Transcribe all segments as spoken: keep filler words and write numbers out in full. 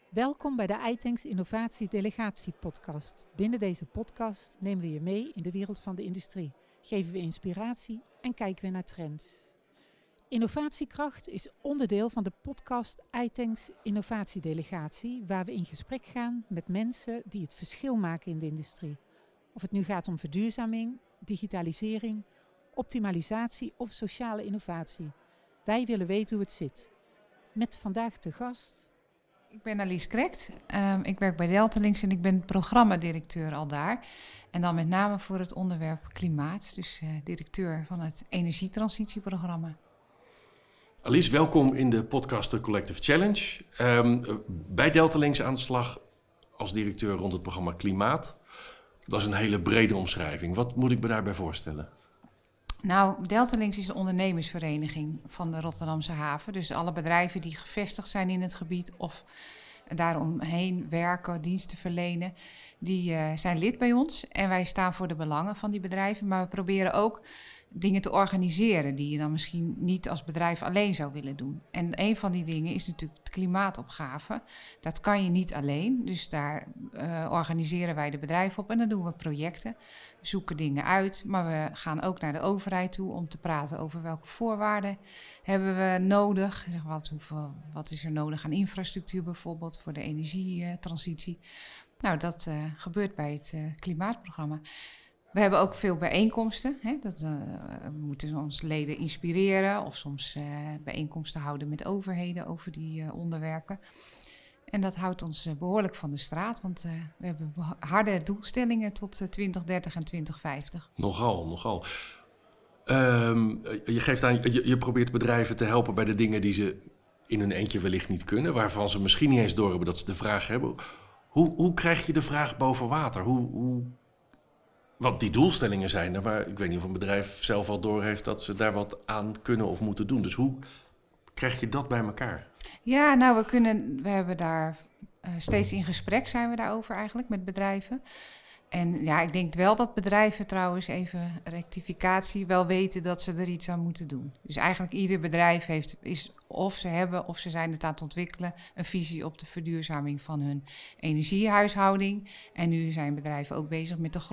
Welkom bij de iTanks Innovatie Delegatie podcast. Binnen deze podcast nemen we je mee in de wereld van de industrie, geven we inspiratie en kijken we naar trends. Innovatiekracht is onderdeel van de podcast iTanks Innovatie Delegatie, waar we in gesprek gaan met mensen die het verschil maken in de industrie. Of het nu gaat om verduurzaming, digitalisering, optimalisatie of sociale innovatie. Wij willen weten hoe het zit. Met vandaag te gast... Ik ben Alice Krekt. Um, ik werk bij Deltalinks en ik ben programmadirecteur al daar. En dan met name voor het onderwerp klimaat. Dus uh, directeur van het energietransitieprogramma. Alice, welkom in de podcast The Collective Challenge. Um, bij Deltalinks aan de slag als directeur rond het programma Klimaat. Dat is een hele brede omschrijving. Wat moet ik me daarbij voorstellen? Nou, Deltalinks is een ondernemersvereniging van de Rotterdamse haven. Dus alle bedrijven die gevestigd zijn in het gebied of daaromheen werken, diensten verlenen, die uh, zijn lid bij ons. En wij staan voor de belangen van die bedrijven. Maar we proberen ook dingen te organiseren die je dan misschien niet als bedrijf alleen zou willen doen. En een van die dingen is natuurlijk de klimaatopgave. Dat kan je niet alleen. Dus daar uh, organiseren wij de bedrijven op en dan doen we projecten. We zoeken dingen uit, maar we gaan ook naar de overheid toe om te praten over welke voorwaarden hebben we nodig. Zeg, wat, hoeveel, wat is er nodig aan infrastructuur bijvoorbeeld voor de energietransitie. Nou, dat uh, gebeurt bij het uh, klimaatprogramma. We hebben ook veel bijeenkomsten. Hè? Dat, uh, we moeten onze leden inspireren of soms uh, bijeenkomsten houden met overheden over die uh, onderwerpen. En dat houdt ons uh, behoorlijk van de straat, want uh, we hebben harde doelstellingen tot uh, twintig dertig en twintig vijftig. Nogal, nogal. Um, je, geeft aan, je, je probeert bedrijven te helpen bij de dingen die ze in hun eentje wellicht niet kunnen, waarvan ze misschien niet eens doorhebben dat ze de vraag hebben. Hoe, hoe krijg je de vraag boven water? Hoe... hoe Want die doelstellingen zijn er, maar ik weet niet of een bedrijf zelf al doorheeft dat ze daar wat aan kunnen of moeten doen. Dus hoe krijg je dat bij elkaar? Ja, nou, we kunnen, we hebben daar uh, steeds in gesprek zijn we daarover eigenlijk met bedrijven. En ja, ik denk wel dat bedrijven trouwens, even rectificatie, wel weten dat ze er iets aan moeten doen. Dus eigenlijk ieder bedrijf heeft, is of ze hebben of ze zijn het aan het ontwikkelen, een visie op de verduurzaming van hun energiehuishouding. En nu zijn bedrijven ook bezig met de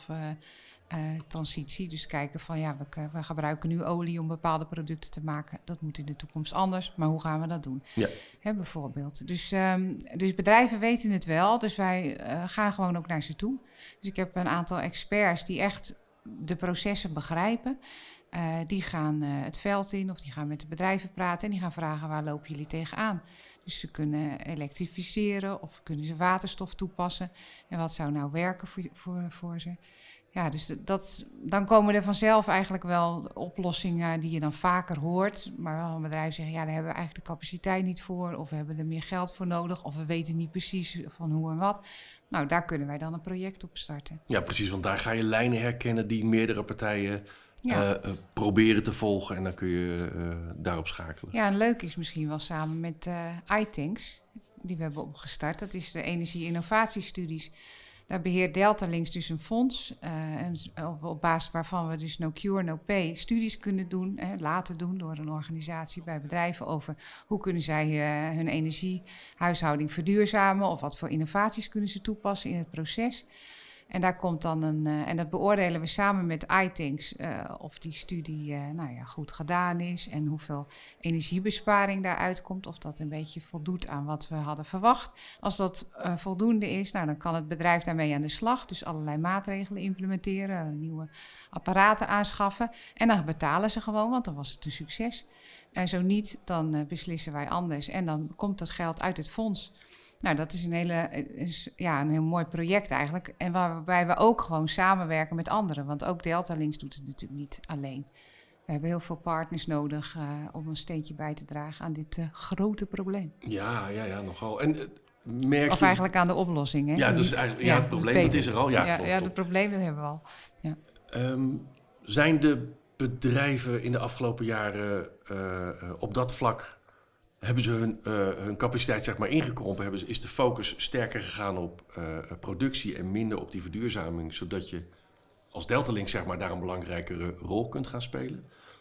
grondstoffentransitie. Uh, dus kijken van ja, we, we gebruiken nu olie om bepaalde producten te maken. Dat moet in de toekomst anders, maar hoe gaan we dat doen? Ja. Hè, bijvoorbeeld. Dus, um, dus bedrijven weten het wel, dus wij uh, gaan gewoon ook naar ze toe. Dus ik heb een aantal experts die echt de processen begrijpen. Uh, die gaan uh, het veld in of die gaan met de bedrijven praten en die gaan vragen waar lopen jullie tegenaan. Dus ze kunnen elektrificeren of kunnen ze waterstof toepassen. En wat zou nou werken voor, voor, voor ze? Ja, dus dat, dan komen er vanzelf eigenlijk wel oplossingen die je dan vaker hoort. Maar wel een bedrijf zeggen, ja, daar hebben we eigenlijk de capaciteit niet voor. Of we hebben er meer geld voor nodig. Of we weten niet precies van hoe en wat. Nou, daar kunnen wij dan een project op starten. Ja, precies, want daar ga je lijnen herkennen die meerdere partijen ja. uh, uh, proberen te volgen. En dan kun je uh, daarop schakelen. Ja, en leuk is misschien wel samen met uh, iTanks, die we hebben opgestart. Dat is de energie-innovatiestudies. Daar beheert Deltalinks dus een fonds, uh, en op basis waarvan we dus no cure, no pay studies kunnen doen, hè, laten doen door een organisatie bij bedrijven over hoe kunnen zij uh, hun energiehuishouding verduurzamen of wat voor innovaties kunnen ze toepassen in het proces. En daar komt dan een, uh, en dat beoordelen we samen met iTanks uh, of die studie uh, nou ja, goed gedaan is en hoeveel energiebesparing daaruit komt. Of dat een beetje voldoet aan wat we hadden verwacht. Als dat uh, voldoende is, nou, dan kan het bedrijf daarmee aan de slag. Dus allerlei maatregelen implementeren, nieuwe apparaten aanschaffen. En dan betalen ze gewoon, want dan was het een succes. En zo niet, dan uh, beslissen wij anders. En dan komt dat geld uit het fonds. Nou, dat is een, hele, is, ja, een heel mooi project eigenlijk. En waarbij we ook gewoon samenwerken met anderen. Want ook Deltalinks doet het natuurlijk niet alleen. We hebben heel veel partners nodig uh, om een steentje bij te dragen aan dit uh, grote probleem. Ja, ja, ja, nogal. En, uh, merk of je... eigenlijk aan de oplossing. Hè? Ja, dus eigenlijk, ja, ja, het probleem dat is er al. Ja, ja, klopt, ja klopt. het probleem dat hebben we al. Ja. Um, zijn de bedrijven in de afgelopen jaren uh, uh, op dat vlak... Hebben ze hun, uh, hun capaciteit zeg maar ingekrompen? Hebben ze, is de focus sterker gegaan op uh, productie en minder op die verduurzaming, zodat je als Deltalinks zeg maar daar een belangrijkere rol kunt gaan spelen?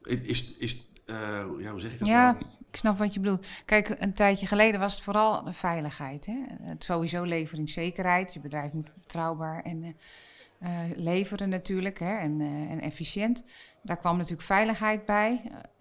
Is, is, uh, ja, hoe zeg ik dat Ja, nou? ik snap wat je bedoelt. Kijk, een tijdje geleden was het vooral de veiligheid. Hè? Het sowieso leveringszekerheid. Je bedrijf moet betrouwbaar en uh, uh, leveren natuurlijk, hè? En, uh, en efficiënt. Daar kwam natuurlijk veiligheid bij,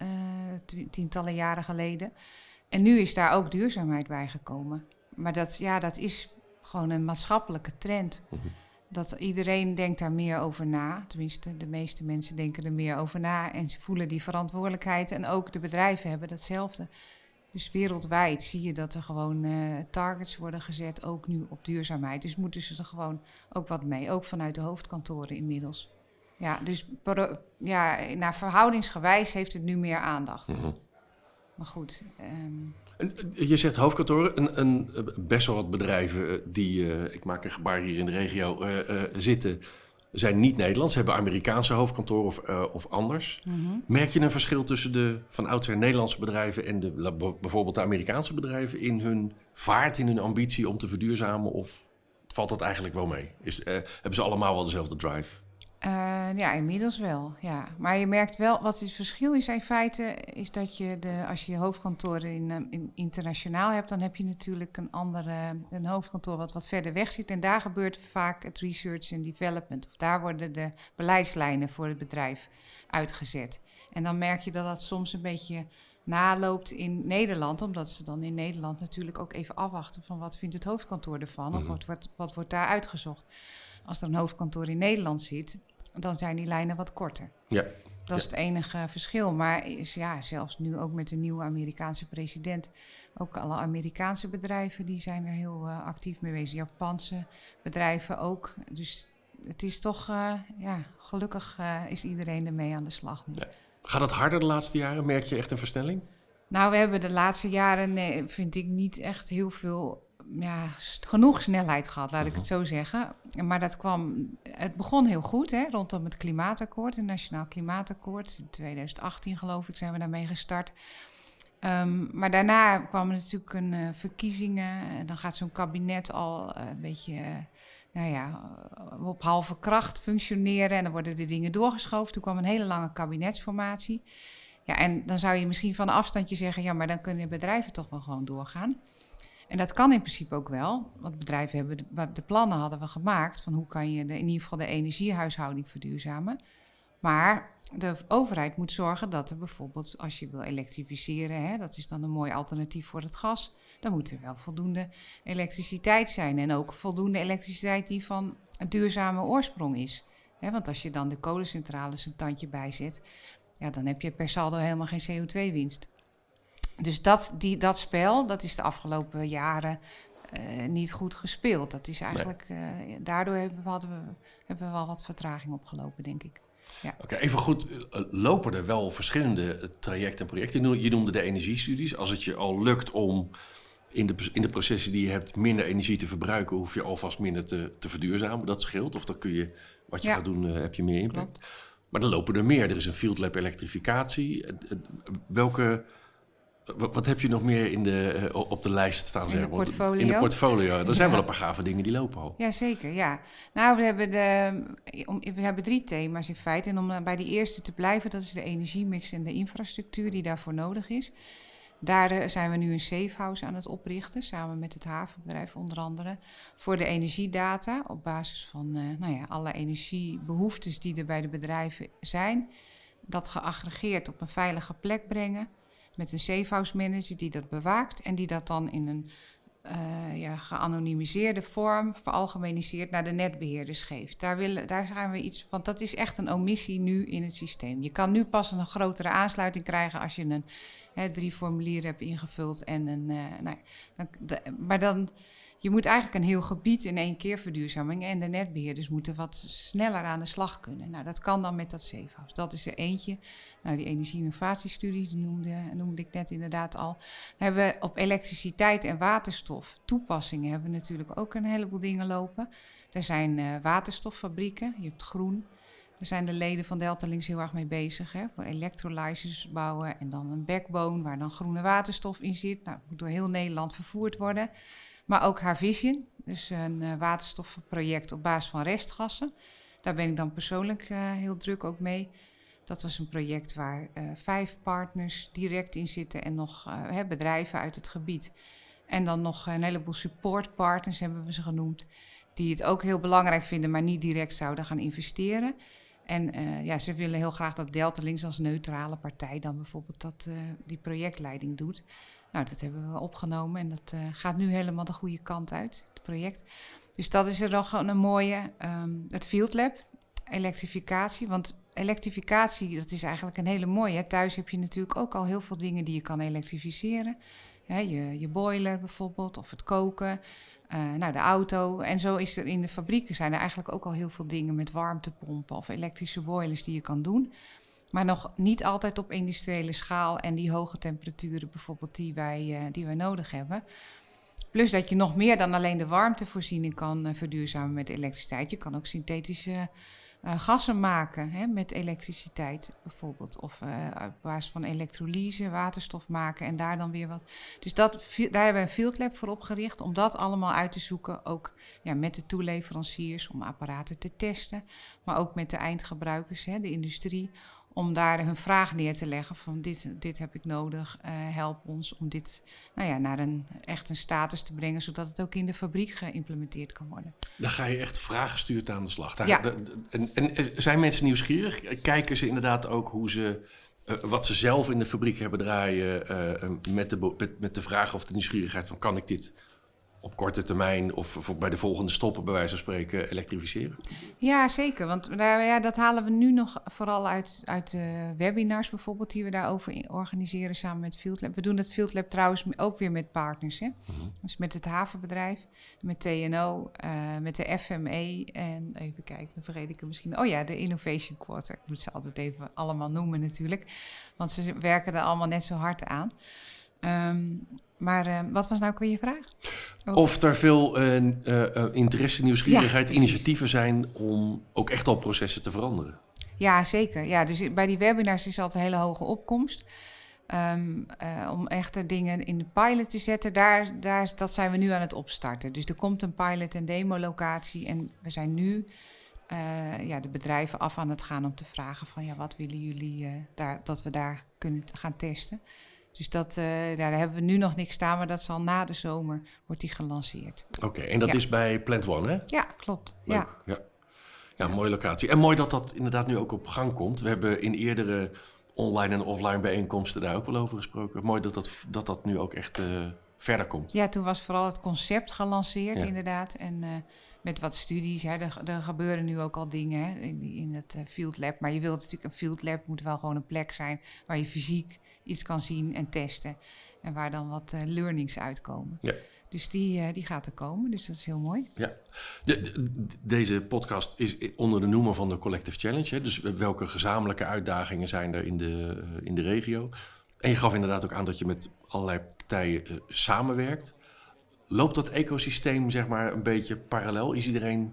uh, tientallen jaren geleden. En nu is daar ook duurzaamheid bij gekomen. Maar dat, ja, dat is gewoon een maatschappelijke trend. Mm-hmm. Dat iedereen denkt daar meer over na. Tenminste, de meeste mensen denken er meer over na. En ze voelen die verantwoordelijkheid. En ook de bedrijven hebben datzelfde. Dus wereldwijd zie je dat er gewoon uh, targets worden gezet. Ook nu op duurzaamheid. Dus moeten ze er gewoon ook wat mee. Ook vanuit de hoofdkantoren inmiddels. Ja, dus pro, ja, naar verhoudingsgewijs heeft het nu meer aandacht. Mm-hmm. Maar goed. Um, En, je zegt hoofdkantoren, een, een, best wel wat bedrijven die, uh, ik maak een gebaar hier in de regio, uh, uh, zitten, zijn niet Nederlands. Ze hebben Amerikaanse hoofdkantoren of, uh, of anders. Mm-hmm. Merk je een verschil tussen de van oudsher Nederlandse bedrijven en de, bijvoorbeeld de Amerikaanse bedrijven in hun vaart, in hun ambitie om te verduurzamen? Of valt dat eigenlijk wel mee? Is, uh, hebben ze allemaal wel dezelfde drive? Uh, ja, inmiddels wel, ja. Maar je merkt wel, wat het verschil is in feite, is dat je, de, als je je hoofdkantoren in, in internationaal hebt, dan heb je natuurlijk een andere, een hoofdkantoor wat wat verder weg zit. En daar gebeurt vaak het research en development. Of daar worden de beleidslijnen voor het bedrijf uitgezet. En dan merk je dat dat soms een beetje naloopt in Nederland, omdat ze dan in Nederland natuurlijk ook even afwachten van wat vindt het hoofdkantoor ervan, mm-hmm. of wat, wat, wat wordt daar uitgezocht. Als er een hoofdkantoor in Nederland zit, dan zijn die lijnen wat korter. Ja. Dat ja. is het enige verschil. Maar is, ja, zelfs nu ook met de nieuwe Amerikaanse president, ook alle Amerikaanse bedrijven die zijn er heel uh, actief mee bezig. Japanse bedrijven ook. Dus het is toch, uh, ja, gelukkig uh, is iedereen ermee aan de slag nu. Ja. Gaat het harder de laatste jaren? Merk je echt een versnelling? Nou, we hebben de laatste jaren, nee, vind ik, niet echt heel veel, ja, genoeg snelheid gehad, laat uh-huh. ik het zo zeggen. Maar dat kwam, het begon heel goed, hè, rondom het klimaatakkoord, het Nationaal Klimaatakkoord. In twintig achttien geloof ik zijn we daarmee gstart. Um, maar daarna kwamen natuurlijk een uh, verkiezingen. En dan gaat zo'n kabinet al uh, een beetje, uh, nou ja, uh, op halve kracht functioneren. En dan worden de dingen doorgeschoven. Toen kwam een hele lange kabinetsformatie. Ja, en dan zou je misschien van een afstandje zeggen, ja, maar dan kunnen bedrijven toch wel gewoon doorgaan. En dat kan in principe ook wel, want bedrijven hebben, de, de plannen hadden we gemaakt van hoe kan je de, in ieder geval de energiehuishouding verduurzamen. Maar de overheid moet zorgen dat er bijvoorbeeld, als je wil elektrificeren, hè, dat is dan een mooi alternatief voor het gas, dan moet er wel voldoende elektriciteit zijn en ook voldoende elektriciteit die van een duurzame oorsprong is. Hè, want als je dan de kolencentrales een tandje bijzet, ja, dan heb je per saldo helemaal geen C O twee winst. Dus dat, die, dat spel, dat is de afgelopen jaren uh, niet goed gespeeld. Dat is eigenlijk, nee. uh, daardoor hebben we, hadden we, hebben we wel wat vertraging opgelopen, denk ik. Ja. Oké, okay, even goed, uh, lopen er wel verschillende trajecten en projecten? Je noemde de energiestudies. Als het je al lukt om in de, in de processen die je hebt minder energie te verbruiken, hoef je alvast minder te, te verduurzamen. Dat scheelt. Of dan kun je, wat je ja. gaat doen, uh, heb je meer impact. Klopt. Maar er lopen er meer. Er is een field lab elektrificatie. Uh, uh, welke... Wat heb je nog meer in de, uh, op de lijst staan? In zeg, de portfolio? In de portfolio. Er zijn ja. wel een paar gave dingen die lopen al. Jazeker, ja. Nou, we hebben, de, om, we hebben drie thema's in feite. En om bij die eerste te blijven, dat is de energiemix en de infrastructuur die daarvoor nodig is. Daar uh, zijn we nu een safe house aan het oprichten, samen met het havenbedrijf onder andere, voor de energiedata op basis van uh, nou ja, alle energiebehoeftes die er bij de bedrijven zijn. Dat geaggregeerd op een veilige plek brengen. Met een safe house manager die dat bewaakt en die dat dan in een uh, ja, geanonimiseerde vorm veralgemeniseerd naar de netbeheerders geeft. Daar, willen, daar gaan we iets, want dat is echt een omissie nu in het systeem. Je kan nu pas een grotere aansluiting krijgen als je een hè, drie formulieren hebt ingevuld en een, uh, nou, dan, de, maar dan. Je moet eigenlijk een heel gebied in één keer verduurzamen en de netbeheerders moeten wat sneller aan de slag kunnen. Nou, dat kan dan met dat safe house. Dat is er eentje. Nou, die energie-innovatiestudies die noemde, noemde ik net inderdaad al. Dan hebben we op elektriciteit en waterstof toepassingen hebben we natuurlijk ook een heleboel dingen lopen. Er zijn uh, waterstoffabrieken, je hebt groen. Daar zijn de leden van Deltalinks heel erg mee bezig. Hè, voor electrolyzers bouwen en dan een backbone waar dan groene waterstof in zit. Nou, dat moet door heel Nederland vervoerd worden. Maar ook H-Vision, dus een uh, waterstofproject op basis van restgassen. Daar ben ik dan persoonlijk uh, heel druk ook mee. Dat was een project waar uh, vijf partners direct in zitten en nog uh, hè, bedrijven uit het gebied. En dan nog een heleboel supportpartners hebben we ze genoemd, die het ook heel belangrijk vinden, maar niet direct zouden gaan investeren. En uh, ja, ze willen heel graag dat Delta Links als neutrale partij dan bijvoorbeeld dat, uh, die projectleiding doet. Nou, dat hebben we opgenomen en dat uh, gaat nu helemaal de goede kant uit, het project. Dus dat is er nog een mooie. Um, het Field Lab, elektrificatie. Want elektrificatie, dat is eigenlijk een hele mooie. Hè. Thuis heb je natuurlijk ook al heel veel dingen die je kan elektrificeren. Hè, je, je boiler bijvoorbeeld, of het koken, uh, nou, de auto. En zo is er in de fabrieken zijn er eigenlijk ook al heel veel dingen met warmtepompen of elektrische boilers die je kan doen. Maar nog niet altijd op industriële schaal en die hoge temperaturen bijvoorbeeld die wij, uh, die wij nodig hebben. Plus dat je nog meer dan alleen de warmtevoorziening kan uh, verduurzamen met elektriciteit. Je kan ook synthetische uh, gassen maken, hè, met elektriciteit bijvoorbeeld. Of uh, op basis van elektrolyse waterstof maken en daar dan weer wat. Dus dat, daar hebben we een Field Lab voor opgericht om dat allemaal uit te zoeken. Ook ja, met de toeleveranciers om apparaten te testen. Maar ook met de eindgebruikers, hè, de industrie. Om daar hun vraag neer te leggen van dit, dit heb ik nodig, uh, help ons om dit nou ja, naar een echt een status te brengen, zodat het ook in de fabriek geïmplementeerd kan worden. Dan ga je echt vraaggestuurd aan de slag. Daar, ja. de, de, en, en zijn mensen nieuwsgierig? Kijken ze inderdaad ook hoe ze, uh, wat ze zelf in de fabriek hebben draaien uh, met, de, met, met de vraag of de nieuwsgierigheid van kan ik dit op korte termijn of voor bij de volgende stoppen bij wijze van spreken elektrificeren? Ja, zeker. Want nou, ja, dat halen we nu nog vooral uit, uit de webinars bijvoorbeeld die we daarover organiseren samen met Field Lab. We doen dat Field Lab trouwens ook weer met partners. Hè? Mm-hmm. Dus met het havenbedrijf, met T N O, uh, met de F M E en even kijken, dan vergeet ik er misschien. Oh ja, de Innovation Quarter. Ik moet ze altijd even allemaal noemen natuurlijk. Want ze werken er allemaal net zo hard aan. Um, maar uh, wat was nou ook weer je vraag? Oh. Of er veel uh, uh, interesse, nieuwsgierigheid, ja, initiatieven zijn om ook echt al processen te veranderen. Ja, zeker. Ja, dus bij die webinars is altijd een hele hoge opkomst. Um, uh, om echt dingen in de pilot te zetten, daar, daar, dat zijn we nu aan het opstarten. Dus er komt een pilot- en demo-locatie en we zijn nu uh, ja, de bedrijven af aan het gaan om te vragen van ja, wat willen jullie uh, daar, dat we daar kunnen t- gaan testen. Dus dat, uh, daar hebben we nu nog niks staan, maar dat zal na de zomer wordt die gelanceerd. Oké, okay, en dat ja. is bij Plant One, hè? Ja, klopt. Leuk, ja. ja. Ja, mooie locatie. En mooi dat dat inderdaad nu ook op gang komt. We hebben in eerdere online en offline bijeenkomsten daar ook wel over gesproken. Mooi dat dat, dat, dat nu ook echt uh, verder komt. Ja, toen was vooral het concept gelanceerd, ja. inderdaad. En uh, met wat studies, hè, er, er gebeuren nu ook al dingen hè, in, in het uh, Field Lab. Maar je wilt natuurlijk, een Field Lab moet wel gewoon een plek zijn waar je fysiek iets kan zien en testen. En waar dan wat uh, learnings uitkomen. Ja. Dus die, uh, die gaat er komen, dus dat is heel mooi. Ja, de, de, deze podcast is onder de noemer van de Collective Challenge. Hè? Dus welke gezamenlijke uitdagingen zijn er in de, uh, in de regio? En je gaf inderdaad ook aan dat je met allerlei partijen uh, samenwerkt. Loopt dat ecosysteem zeg maar een beetje parallel? Is iedereen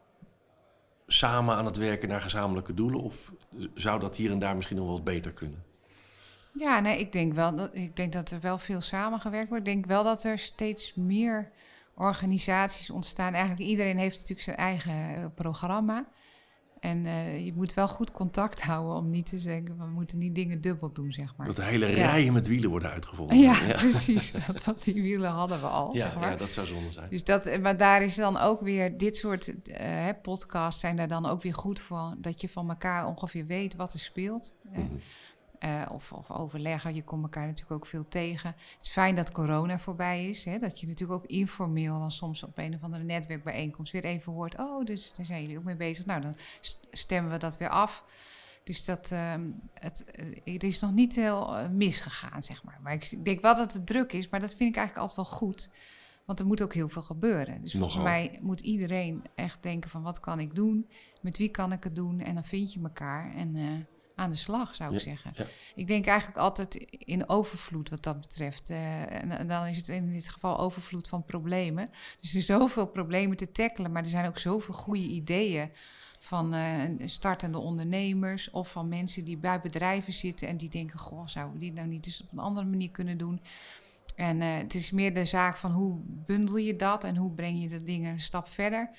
samen aan het werken naar gezamenlijke doelen? Of zou dat hier en daar misschien nog wel wat beter kunnen? Ja, nee, ik denk wel dat, ik denk dat er wel veel samengewerkt wordt. Ik denk wel dat er steeds meer organisaties ontstaan. Eigenlijk iedereen heeft natuurlijk zijn eigen uh, programma. En uh, je moet wel goed contact houden om niet te zeggen, we moeten niet dingen dubbel doen, zeg maar. Dat er hele ja. rijen met wielen worden uitgevonden. Ja, ja. precies. dat, dat die wielen hadden we al, ja, zeg maar. Ja, dat zou zonde zijn. Dus dat, maar daar is dan ook weer, dit soort uh, podcasts zijn daar dan ook weer goed voor. Dat je van elkaar ongeveer weet wat er speelt. Mm-hmm. Uh, of, of overleggen, je komt elkaar natuurlijk ook veel tegen. Het is fijn dat corona voorbij is. Hè? Dat je natuurlijk ook informeel dan soms op een of andere netwerkbijeenkomst weer even hoort. Oh, dus daar zijn jullie ook mee bezig. Nou, dan stemmen we dat weer af. Dus dat, uh, het, uh, het is nog niet heel uh, misgegaan, zeg maar. Maar ik denk wel dat het druk is, maar dat vind ik eigenlijk altijd wel goed. Want er moet ook heel veel gebeuren. Dus volgens mij moet iedereen echt denken van wat kan ik doen? Met wie kan ik het doen? En dan vind je elkaar en... Uh, aan de slag, zou ik ja, zeggen. Ja. Ik denk eigenlijk altijd in overvloed wat dat betreft. Uh, en, en dan is het in dit geval overvloed van problemen. Dus er zijn zoveel problemen te tackelen, maar er zijn ook zoveel goede ideeën van uh, startende ondernemers of van mensen die bij bedrijven zitten en die denken, goh, zouden we dit nou niet eens op een andere manier kunnen doen? En uh, het is meer de zaak van hoe bundel je dat en hoe breng je de dingen een stap verder.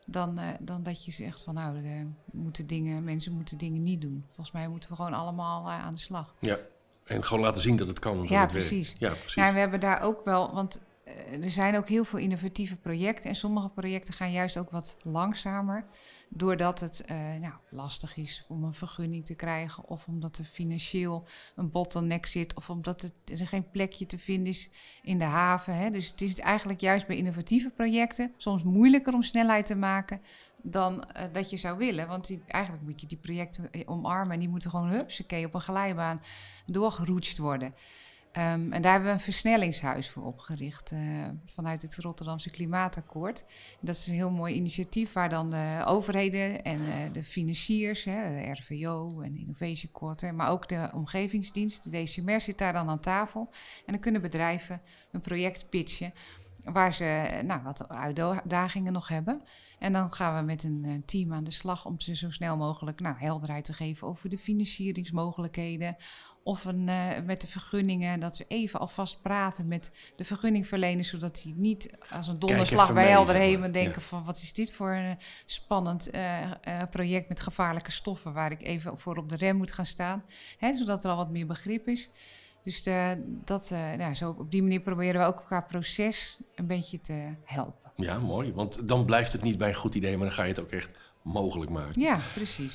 Dan, uh, dan dat je zegt van nou, de, moeten dingen, mensen moeten dingen niet doen. Volgens mij moeten we gewoon allemaal uh, aan de slag. Ja, en gewoon laten zien dat het kan. Ja, het precies. Werkt. Ja, precies. Ja, en we hebben daar ook wel, want uh, er zijn ook heel veel innovatieve projecten. En sommige projecten gaan juist ook wat langzamer. Doordat het uh, nou, lastig is om een vergunning te krijgen. Of omdat er financieel een bottleneck zit. Of omdat het, er geen plekje te vinden is in de haven. Hè. Dus het is eigenlijk juist bij innovatieve projecten soms moeilijker om snelheid te maken dan uh, dat je zou willen. Want die, eigenlijk moet je die projecten omarmen. En die moeten gewoon hupsakee op een glijbaan doorgeroetst worden. Um, en daar hebben we een versnellingshuis voor opgericht uh, vanuit het Rotterdamse Klimaatakkoord. Dat is een heel mooi initiatief waar dan de overheden en uh, de financiers, hè, de R V O en Innovation Quarter, maar ook de omgevingsdienst, de D C M R zit daar dan aan tafel. En dan kunnen bedrijven een project pitchen waar ze nou, wat uitdagingen nog hebben. En dan gaan we met een uh, team aan de slag om ze zo snel mogelijk nou, helderheid te geven over de financieringsmogelijkheden. Of een, uh, met de vergunningen, dat ze even alvast praten met de vergunningverleners, zodat die niet als een donderslag bij Helderheem denken ja. van wat is dit voor een spannend uh, uh, project met gevaarlijke stoffen waar ik even voor op de rem moet gaan staan. Hè, zodat er al wat meer begrip is. Dus de, dat, uh, nou, zo op die manier proberen we ook qua proces een beetje te helpen. Ja, mooi. Want dan blijft het niet bij een goed idee, maar dan ga je het ook echt mogelijk maken. Ja, precies.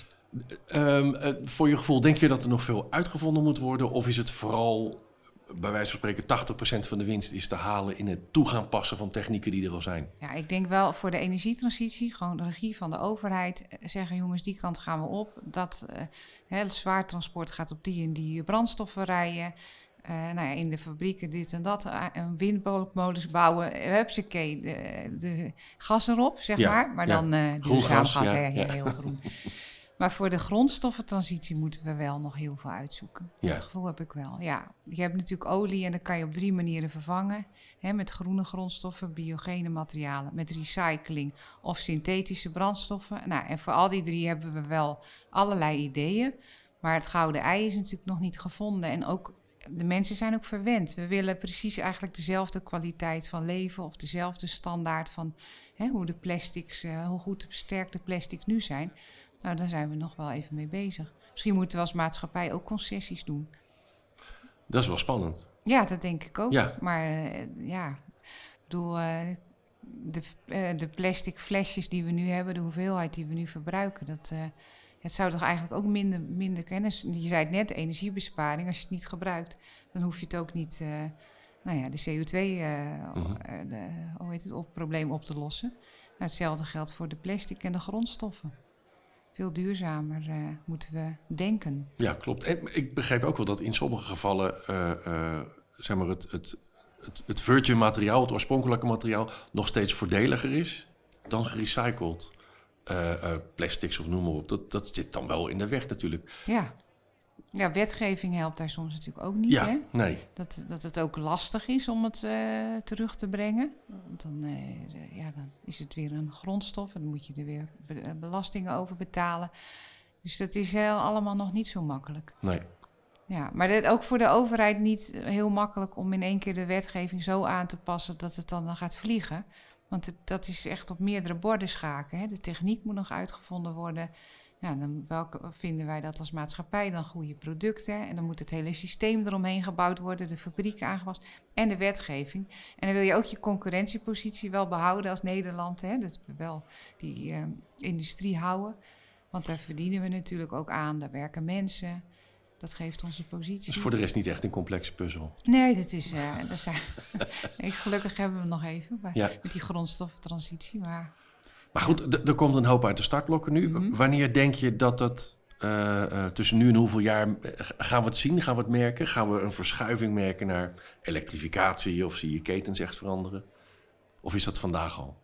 Um, uh, voor je gevoel, denk je dat er nog veel uitgevonden moet worden? Of is het vooral, bij wijze van spreken, tachtig procent van de winst is te halen in het toegaan passen van technieken die er al zijn? Ja, ik denk wel voor de energietransitie, gewoon de regie van de overheid. Zeggen jongens, die kant gaan we op. Dat uh, hè, zwaar transport gaat op die en die brandstoffen rijden. Uh, nou ja, in de fabrieken dit en dat, uh, windmolens bouwen, hupsakee, de, de gas erop, zeg ja, maar. Maar ja. dan uh, duurzaam gas, ja, ja, ja. heel groen. Maar voor de grondstoffentransitie moeten we wel nog heel veel uitzoeken. Ja. Dat gevoel heb ik wel, ja. Je hebt natuurlijk olie en dat kan je op drie manieren vervangen. Hè, met groene grondstoffen, biogene materialen, met recycling of synthetische brandstoffen. Nou, en voor al die drie hebben we wel allerlei ideeën. Maar het gouden ei is natuurlijk nog niet gevonden. En ook de mensen zijn ook verwend. We willen precies eigenlijk dezelfde kwaliteit van leven of dezelfde standaard van hè, hoe de plastics, uh, hoe goed sterk de plastics nu zijn. Nou, daar zijn we nog wel even mee bezig. Misschien moeten we als maatschappij ook concessies doen. Dat is wel spannend. Ja, dat denk ik ook. Ja. Maar uh, ja, ik bedoel, uh, de, uh, de plastic flesjes die we nu hebben, de hoeveelheid die we nu verbruiken, dat, uh, het zou toch eigenlijk ook minder, minder kennis. Je zei het net, energiebesparing. Als je het niet gebruikt, dan hoef je het ook niet, uh, nou ja, de C O twee, uh, mm-hmm. de, hoe heet het, op, probleem op te lossen. Nou, hetzelfde geldt voor de plastic en de grondstoffen. Veel duurzamer uh, moeten we denken. Ja, klopt. En ik begrijp ook wel dat in sommige gevallen uh, uh, zeg maar het, het, het, het virgin materiaal, het oorspronkelijke materiaal, nog steeds voordeliger is dan gerecycled uh, uh, plastics of noem maar op. Dat, dat zit dan wel in de weg natuurlijk. Ja. Ja, wetgeving helpt daar soms natuurlijk ook niet. Ja, hè? nee. Dat, dat het ook lastig is om het uh, terug te brengen. Want dan, uh, ja, dan is het weer een grondstof en dan moet je er weer be- belastingen over betalen. Dus dat is heel, allemaal nog niet zo makkelijk. Nee. Ja, maar dat, ook voor de overheid niet heel makkelijk om in één keer de wetgeving zo aan te passen dat het dan, dan gaat vliegen. Want het, dat is echt op meerdere borden schaken. Hè? De techniek moet nog uitgevonden worden. Ja, dan welke, vinden wij dat als maatschappij dan goede producten. En dan moet het hele systeem eromheen gebouwd worden, de fabrieken aangepast en de wetgeving. En dan wil je ook je concurrentiepositie wel behouden als Nederland. Hè? Dat we wel die uh, industrie houden. Want daar verdienen we natuurlijk ook aan, daar werken mensen. Dat geeft onze positie. Dus voor de rest niet echt een complexe puzzel. Nee, dat is... Uh, dat zijn, gelukkig hebben we nog even maar, ja. met die grondstoffentransitie, maar... Maar goed, d- er komt een hoop uit de startblokken nu. Mm-hmm. Wanneer denk je dat dat uh, uh, tussen nu en hoeveel jaar... Uh, gaan we het zien, gaan we het merken? Gaan we een verschuiving merken naar elektrificatie... of zie je ketens echt veranderen? Of is dat vandaag al?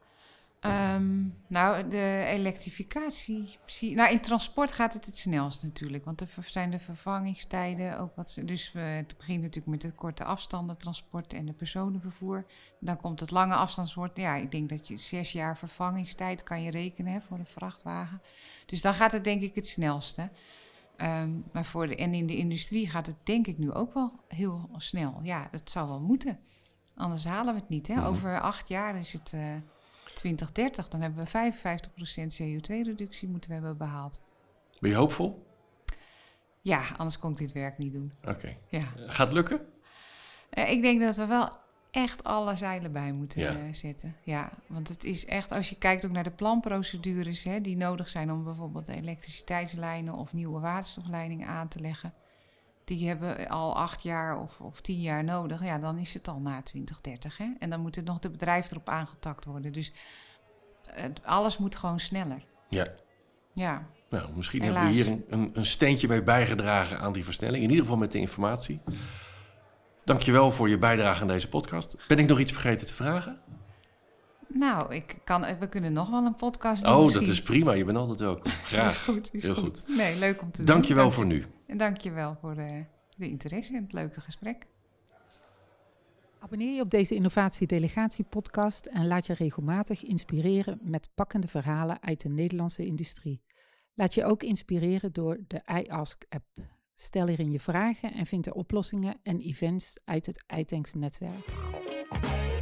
Um, nou, de elektrificatie... Nou, in transport gaat het het snelst natuurlijk. Want er zijn de vervangingstijden ook wat... Dus we, het begint natuurlijk met de korte afstanden transport en de personenvervoer. Dan komt het lange afstandswoord. Ja, ik denk dat je zes jaar vervangingstijd kan je rekenen hè, voor een vrachtwagen. Dus dan gaat het denk ik het snelste. Um, maar voor de, en in de industrie gaat het denk ik nu ook wel heel snel. Ja, dat zou wel moeten. Anders halen we het niet. Hè? Mm-hmm. Over acht jaar is het... Uh, twintig dertig, dan hebben we vijfenvijftig procent C O twee reductie moeten we hebben behaald. Ben je hoopvol? Ja, anders kon ik dit werk niet doen. Oké. Okay. Ja. Gaat het lukken? Uh, ik denk dat we wel echt alle zeilen bij moeten ja. uh, zetten. Ja, want het is echt, als je kijkt ook naar de planprocedures, hè, die nodig zijn om bijvoorbeeld elektriciteitslijnen of nieuwe waterstofleidingen aan te leggen. Die hebben al acht jaar of, of tien jaar nodig. Ja, dan is het al na twintig dertig. Hè? En dan moet het nog de bedrijf erop aangetakt worden. Dus het, alles moet gewoon sneller. Ja. Ja. Nou, misschien Helaas. hebben we hier een, een, een steentje bij bijgedragen aan die versnelling. In ieder geval met de informatie. Dankjewel voor je bijdrage aan deze podcast. Ben ik nog iets vergeten te vragen? Nou, ik kan, we kunnen nog wel een podcast doen. Oh, misschien. dat is prima. Je bent altijd welkom. Graag. Is goed, is Heel goed. goed. Nee, leuk om te Dankjewel doen. voor nu. En dankjewel voor uh, de interesse en het leuke gesprek. Abonneer je op deze Innovatie-delegatie-podcast en laat je regelmatig inspireren met pakkende verhalen uit de Nederlandse industrie. Laat je ook inspireren door de iAsk-app. Stel hierin je vragen en vind de oplossingen en events uit het iTanks-netwerk.